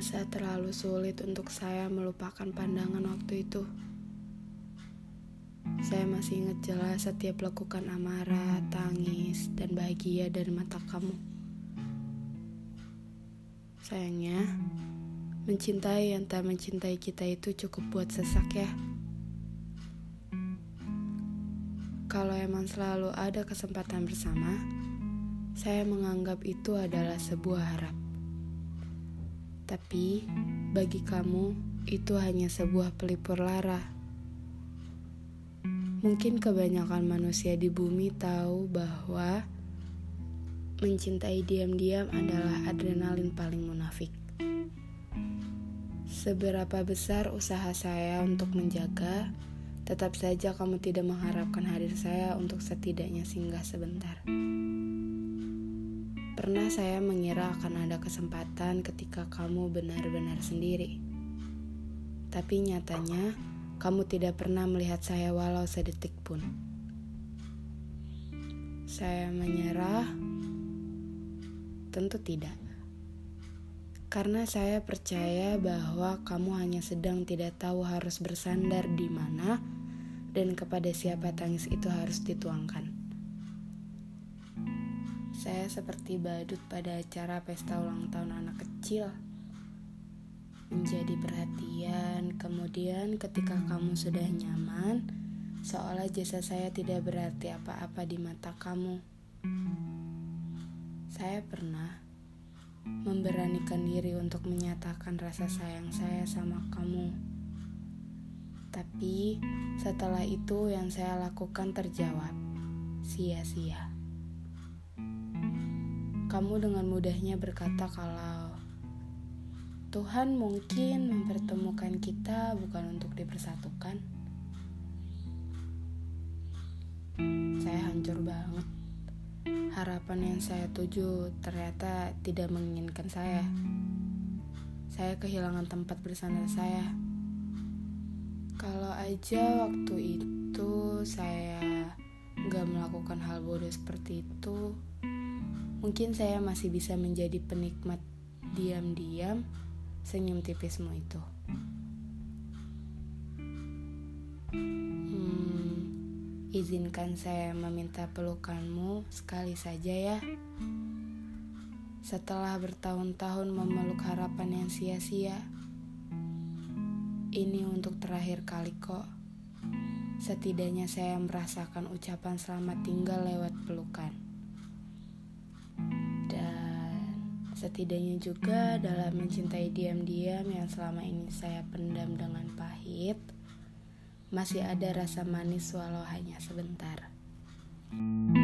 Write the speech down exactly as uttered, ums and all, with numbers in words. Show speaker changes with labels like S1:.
S1: merasa terlalu sulit untuk saya melupakan pandangan waktu itu. Saya masih ingat jelas setiap lekukan amarah, tangis, dan bahagia dari mata kamu. Sayangnya, mencintai yang tak mencintai kita itu cukup buat sesak ya. Kalau emang selalu ada kesempatan bersama, saya menganggap itu adalah sebuah harap. Tapi, bagi kamu, itu hanya sebuah pelipur lara. Mungkin kebanyakan manusia di bumi tahu bahwa mencintai diam-diam adalah adrenalin paling munafik. Seberapa besar usaha saya untuk menjaga, tetap saja kamu tidak mengharapkan hadir saya untuk setidaknya singgah sebentar. Pernah saya mengira akan ada kesempatan ketika kamu benar-benar sendiri. Tapi nyatanya, kamu tidak pernah melihat saya walau sedetik pun. Saya menyerah? Tentu tidak. Karena saya percaya bahwa kamu hanya sedang tidak tahu harus bersandar di mana dan kepada siapa tangis itu harus dituangkan. Saya seperti badut pada acara pesta ulang tahun anak kecil. Menjadi perhatian, kemudian ketika kamu sudah nyaman, seolah jasa saya tidak berarti apa-apa di mata kamu. Saya pernah memberanikan diri untuk menyatakan rasa sayang saya sama kamu. Tapi setelah itu yang saya lakukan terjawab, sia-sia. Kamu dengan mudahnya berkata kalau Tuhan mungkin mempertemukan kita bukan untuk dipersatukan. Saya hancur banget. Harapan yang saya tuju ternyata tidak menginginkan saya. Saya kehilangan tempat bersandar saya. Kalau aja waktu itu saya gak melakukan hal bodoh seperti itu, mungkin saya masih bisa menjadi penikmat diam-diam senyum tipismu itu. Hmm, izinkan saya meminta pelukanmu sekali saja ya. Setelah bertahun-tahun memeluk harapan yang sia-sia, ini untuk terakhir kali kok. Setidaknya saya merasakan ucapan selamat tinggal lewat pelukan. Setidaknya juga dalam mencintai diam-diam yang selama ini saya pendam dengan pahit, masih ada rasa manis walau hanya sebentar.